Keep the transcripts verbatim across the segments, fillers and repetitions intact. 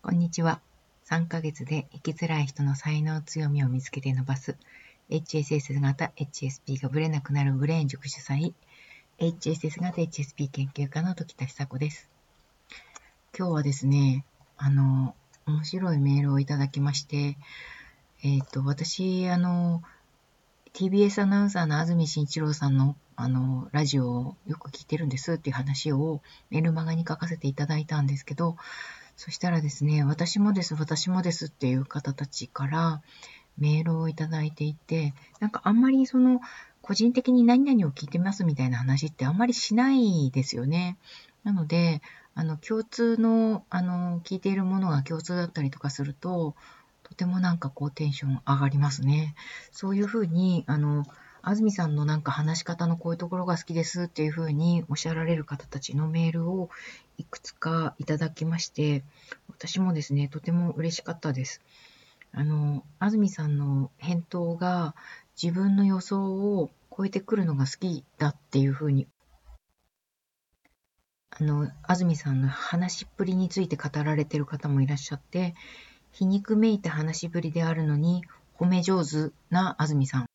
こんにちは。さんかげつで生きづらい人の才能強みを見つけて伸ばす エイチエスエス 型 エイチエスピー がブレなくなるブレーン塾主催 エイチエスエス 型 エイチエスピー 研究家の時田久子です。今日はですね、あの、面白いメールをいただきまして、えっ、と、私、あの、ティービーエス アナウンサーの安住紳一郎さんのあの、ラジオをよく聞いてるんですっていう話をメルマガに書かせていただいたんですけど、そしたらですね、私もです、私もですっていう方たちからメールをいただいていて、なんかあんまりその、個人的に何々を聞いてますみたいな話ってあんまりしないですよね。なので、あの、共通の、あの、聞いているものが共通だったりとかすると、とてもなんかこうテンション上がりますね。そういうふうに、あの、安住さんのなんか話し方のこういうところが好きですっていうふうにおっしゃられる方たちのメールをいくつかいただきまして、私もですね、とても嬉しかったです。あの、安住さんの返答が自分の予想を超えてくるのが好きだっていうふうに、あの、安住さんの話っぷりについて語られている方もいらっしゃって、皮肉めいた話しぶりであるのに褒め上手な安住さん。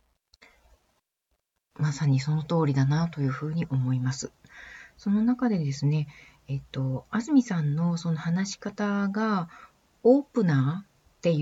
まさにその通りだなというふうに思います。その中でですね、えっと、安住さんのその話し方がオープナーっていう、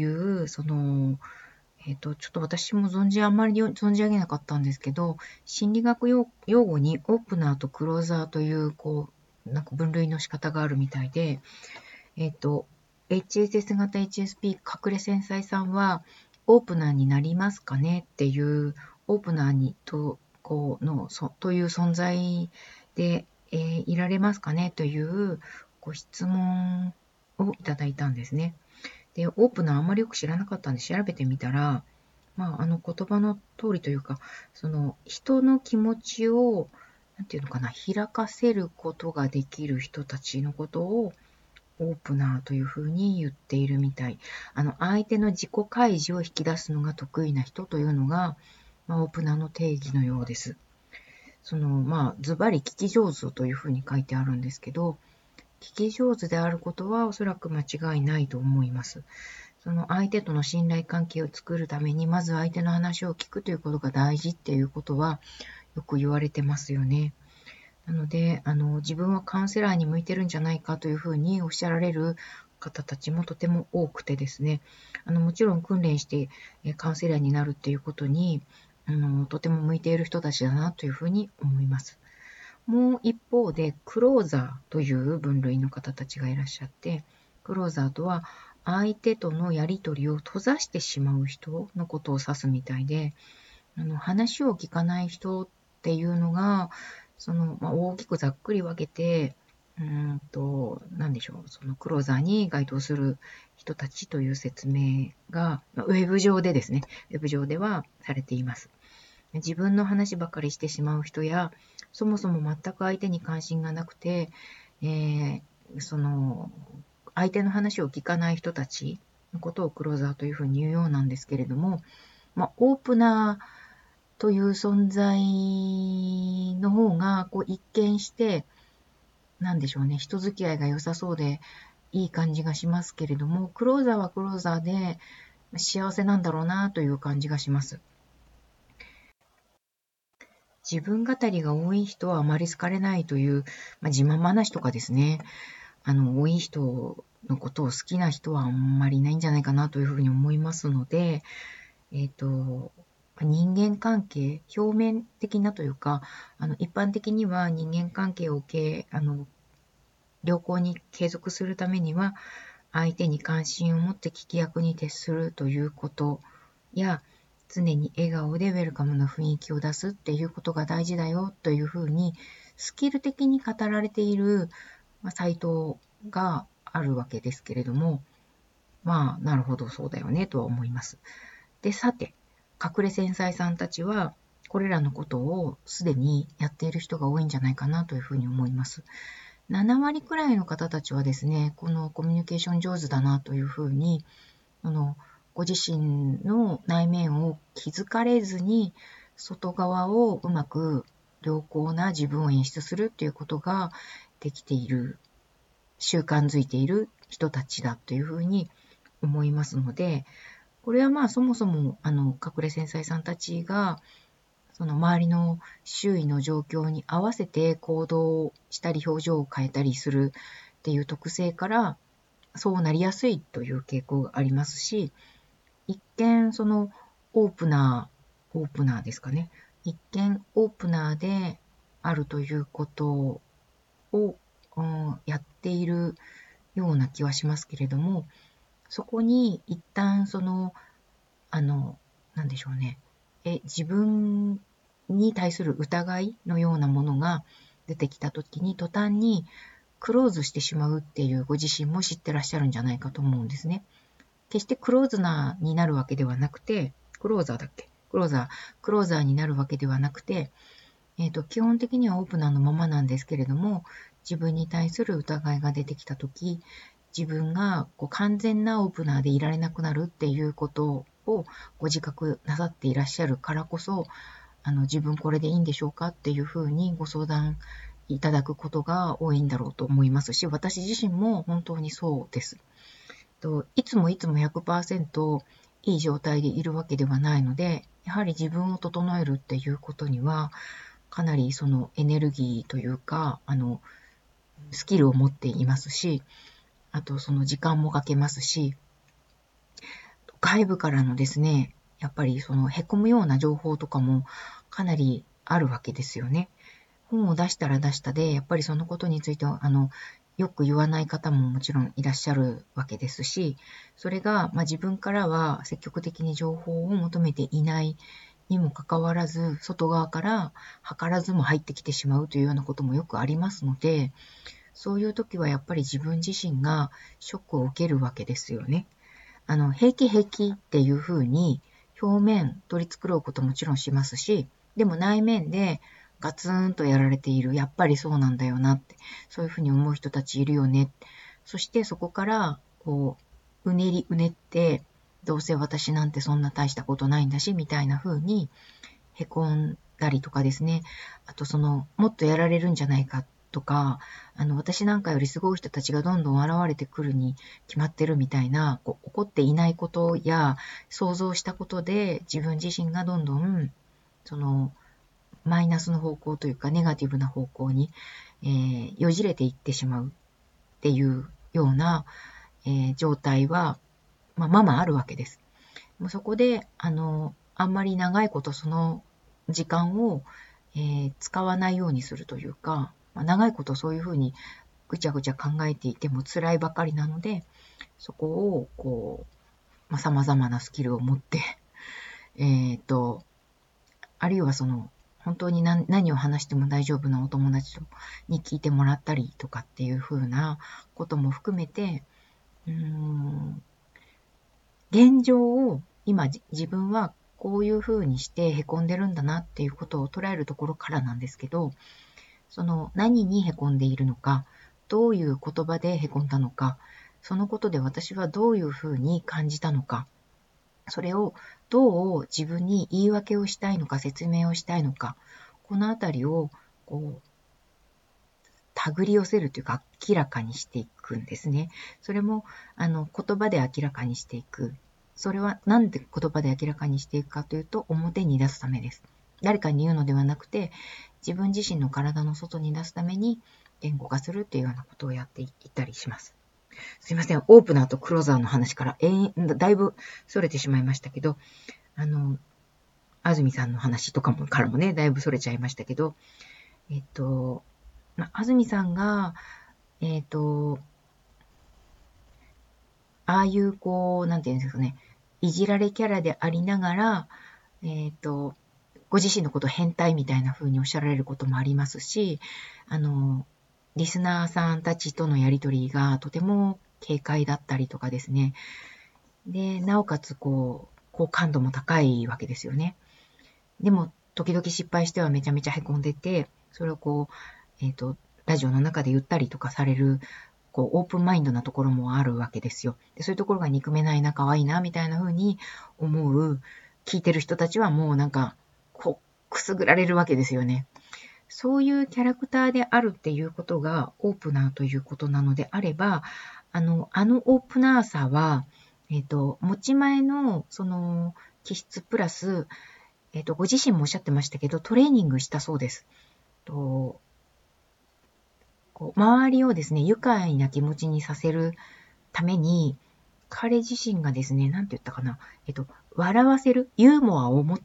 その、えっと、ちょっと私も存じ、あんまり存じ上げなかったんですけど、心理学用用語にオープナーとクローザーという、こう、なんか分類の仕方があるみたいで、えっと、エイチエスエス 型 エイチエスピー 隠れ繊細さんは、オープナーになりますかねっていう、オープナーにと、こうの、そという存在で、えーいられますかねというご質問をいただいたんですね。で、オープナーあんまりよく知らなかったんで調べてみたら、まあ、あの言葉の通りというか、その人の気持ちを、なんていうのかな、開かせることができる人たちのことをオープナーというふうに言っているみたい。あの、相手の自己開示を引き出すのが得意な人というのが、まあ、オープナーの定義のようです。その、まあ、ズバリ聞き上手というふうに書いてあるんですけど、聞き上手であることはおそらく間違いないと思います。その相手との信頼関係を作るために、まず相手の話を聞くということが大事っていうことはよく言われてますよね。なので、あの、自分はカウンセラーに向いてるんじゃないかというふうにおっしゃられる方たちもとても多くてですね、あの、もちろん訓練してカウンセラーになるっていうことに、あの、とても向いている人たちだなというふうに思います。もう一方で、クローザーという分類の方たちがいらっしゃって、クローザーとは相手とのやりとりを閉ざしてしまう人のことを指すみたいで、あの話を聞かない人っていうのが、その、まあ、大きくざっくり分けて、うーんと、なんでしょう、そのクローザーに該当する人たちという説明が、ウェブ上でですね、ウェブ上ではされています。自分の話ばかりしてしまう人や、そもそも全く相手に関心がなくて、えーその、相手の話を聞かない人たちのことをクローザーというふうに言うようなんですけれども、まあ、オープナーという存在の方が、こう一見して、なんでしょうね、人付き合いが良さそうでいい感じがしますけれども、クローザーはクローザーで幸せなんだろうなという感じがします。自分語りが多い人はあまり好かれないという、まあ、自慢話とかですね、あの、多い人のことを好きな人はあんまりいないんじゃないかなというふうに思いますので、えっと、人間関係、表面的なというか、あの、一般的には人間関係をけあの良好に継続するためには、相手に関心を持って聞き役に徹するということや、常に笑顔でウェルカムな雰囲気を出すっていうことが大事だよというふうに、スキル的に語られている、まあ、サイトがあるわけですけれども、まあ、なるほど、そうだよね、とは思います。で、さて、隠れ繊細さんたちは、これらのことをすでにやっている人が多いんじゃないかなというふうに思います。なな割くらいの方たちはですね、このコミュニケーション上手だなというふうに、あのご自身の内面を気づかれずに、外側をうまく良好な自分を演出するっていうことができている、習慣づいている人たちだというふうに思いますので、これはまあそもそもあの隠れ繊細さんたちがその周りの周囲の状況に合わせて行動したり表情を変えたりするっていう特性からそうなりやすいという傾向がありますし、一見そのオープナー、オープナーですかね。一見オープナーであるということを、うん、やっているような気はしますけれども、そこに一旦その、あの、なんでしょうね。え、自分に対する疑いのようなものが出てきたときに途端にクローズしてしまうっていうご自身も知ってらっしゃるんじゃないかと思うんですね。決してクローズナーになるわけではなくて、クローザーだっけクローザー、クローザーになるわけではなくて、えっと、基本的にはオープナーのままなんですけれども、自分に対する疑いが出てきたとき、自分がこう完全なオープナーでいられなくなるっていうことをご自覚なさっていらっしゃるからこそ、あの自分これでいいんでしょうかっていうふうにご相談いただくことが多いんだろうと思いますし、私自身も本当にそうです。といつもいつも ひゃくパーセント いい状態でいるわけではないので、やはり自分を整えるっていうことには、かなりそのエネルギーというか、あの、スキルを持っていますし、あとその時間もかけますし、外部からのですね、やっぱりその凹むような情報とかもかなりあるわけですよね。本を出したら出したで、やっぱりそのことについては、あの、よく言わない方ももちろんいらっしゃるわけですし、それが、まあ、自分からは積極的に情報を求めていないにもかかわらず、外側から図らずも入ってきてしまうというようなこともよくありますので、そういう時はやっぱり自分自身がショックを受けるわけですよね。あの、平気平気っていうふうに表面取り繕うこともちろんしますし、でも内面でガツンとやられている。やっぱりそうなんだよなって。そういうふうに思う人たちいるよね。そしてそこから、こう、うねりうねって、どうせ私なんてそんな大したことないんだし、みたいな風に凹んだりとかですね。あとその、もっとやられるんじゃないかとか、あの、私なんかよりすごい人たちがどんどん現れてくるに決まってるみたいな、こう起こっていないことや想像したことで自分自身がどんどん、その、マイナスの方向というかネガティブな方向に、えー、よじれていってしまうっていうような、えー、状態は、まあ、まあまああるわけです。もうそこで、あの、あんまり長いことその時間を、えー、使わないようにするというか、まあ、長いことそういうふうにぐちゃぐちゃ考えていても辛いばかりなので、そこを、こう、まあ、様々なスキルを持って、えっと、あるいはその、本当に何何を話しても大丈夫なお友達に聞いてもらったりとかっていう風なことも含めて、うーん、現状を今自分はこういう風にして凹んでるんだなっていうことを捉えるところからなんですけど、その何に凹んでいるのか、どういう言葉で凹んだのか、そのことで私はどういう風に感じたのか、それをどう自分に言い訳をしたいのか説明をしたいのか、このあたりをこう手繰り寄せるというか明らかにしていくんですね。それもあの言葉で明らかにしていく。それはなんで言葉で明らかにしていくかというと表に出すためです。誰かに言うのではなくて自分自身の体の外に出すために言語化するというようなことをやっていったりします。すいません。オープナーとクローザーの話から、えー、だいぶ逸れてしまいましたけど、あの、安住さんの話とかもからもね、だいぶ逸れちゃいましたけど、えっと、ま、安住さんが、えっと、ああいうこう、なんていうんですかね、いじられキャラでありながら、えっと、ご自身のことを変態みたいな風におっしゃられることもありますし、あの、リスナーさんたちとのやりとりがとても軽快だったりとかですね。で、なおかつこう、好感度も高いわけですよね。でも、時々失敗してはめちゃめちゃ凹んでて、それをこう、えっと、ラジオの中で言ったりとかされる、こう、オープンマインドなところもあるわけですよ。で、そういうところが憎めないな、可愛いな、みたいな風に思う、聞いてる人たちはもうなんか、こう、くすぐられるわけですよね。そういうキャラクターであるっていうことがオープナーということなのであれば、 あの、あのオープナーさは、えっと、持ち前の、その、気質プラス、えっと、ご自身もおっしゃってましたけど、トレーニングしたそうです。とこう周りをですね、愉快な気持ちにさせるために、彼自身がですね、なんて言ったかな、えっと、笑わせる、ユーモアを持って、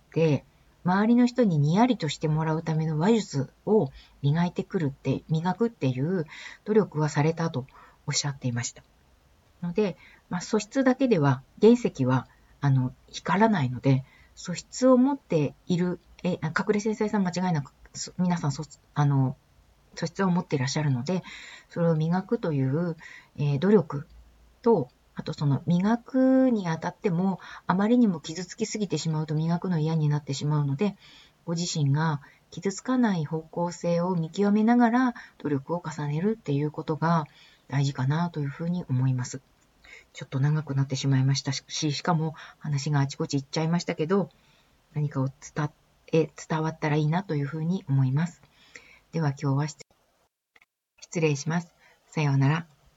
周りの人にニヤリとしてもらうための話術を磨いてくるって、磨くっていう努力はされたとおっしゃっていました。ので、まあ、素質だけでは、原石は、あの、光らないので、素質を持っている、え、隠れ繊細さん間違いなく、皆さんそ、あの、素質を持っていらっしゃるので、それを磨くという、えー努力と、あとその磨くにあたっても、あまりにも傷つきすぎてしまうと磨くの嫌になってしまうので、ご自身が傷つかない方向性を見極めながら努力を重ねるっていうことが大事かなというふうに思います。ちょっと長くなってしまいましたし、しかも話があちこち行っちゃいましたけど、何かを伝え、伝わったらいいなというふうに思います。では今日は失礼します。さようなら。